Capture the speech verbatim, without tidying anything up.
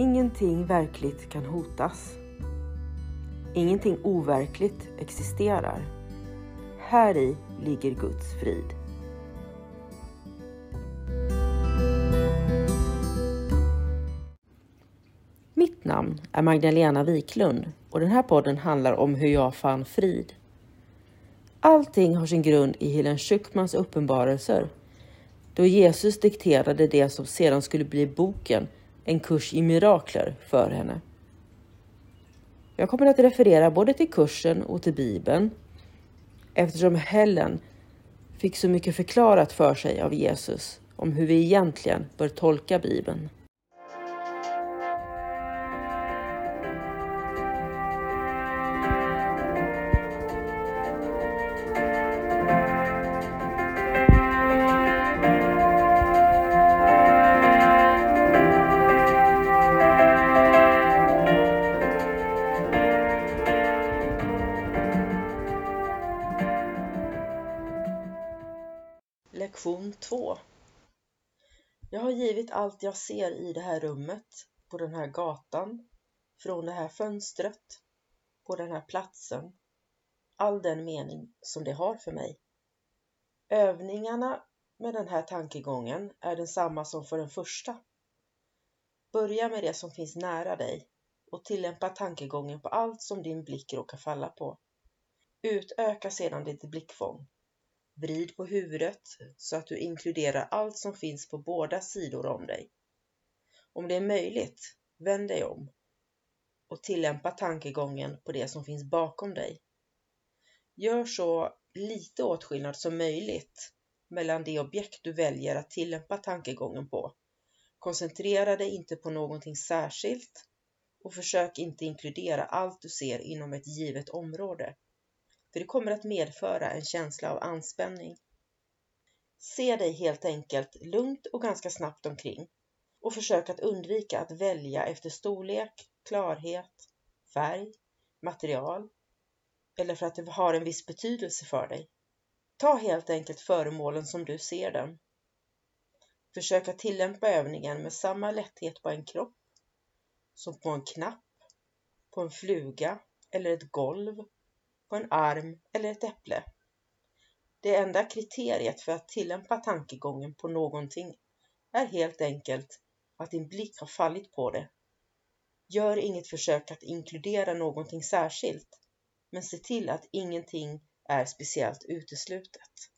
Ingenting verkligt kan hotas. Ingenting overkligt existerar. Här i ligger Guds frid. Mitt namn är Magdalena Wiklund och den här podden handlar om hur jag fann frid. Allting har sin grund i Helen Schuckmans uppenbarelser, då Jesus dikterade det som sedan skulle bli boken En kurs i mirakler för henne. Jag kommer att referera både till kursen och till Bibeln, eftersom Helen fick så mycket förklarat för sig av Jesus om hur vi egentligen bör tolka Bibeln. Lektion två. Jag har givit allt jag ser i det här rummet, på den här gatan, från det här fönstret, på den här platsen, all den mening som det har för mig. Övningarna med den här tankegången är densamma som för den första. Börja med det som finns nära dig och tillämpa tankegången på allt som din blick råkar falla på. Utöka sedan ditt blickfång. Vrid på huvudet så att du inkluderar allt som finns på båda sidor om dig. Om det är möjligt, vänd dig om och tillämpa tankegången på det som finns bakom dig. Gör så lite åtskillnad som möjligt mellan de objekt du väljer att tillämpa tankegången på. Koncentrera dig inte på någonting särskilt och försök inte inkludera allt du ser inom ett givet område. För det kommer att medföra en känsla av anspänning. Se dig helt enkelt lugnt och ganska snabbt omkring och försök att undvika att välja efter storlek, klarhet, färg, material eller för att det har en viss betydelse för dig. Ta helt enkelt föremålen som du ser dem. Försök att tillämpa övningen med samma lätthet på en kropp som på en knapp, på en fluga eller ett golv, på en arm eller ett äpple. Det enda kriteriet för att tillämpa tankegången på någonting är helt enkelt att din blick har fallit på det. Gör inget försök att inkludera någonting särskilt, men se till att ingenting är speciellt uteslutet.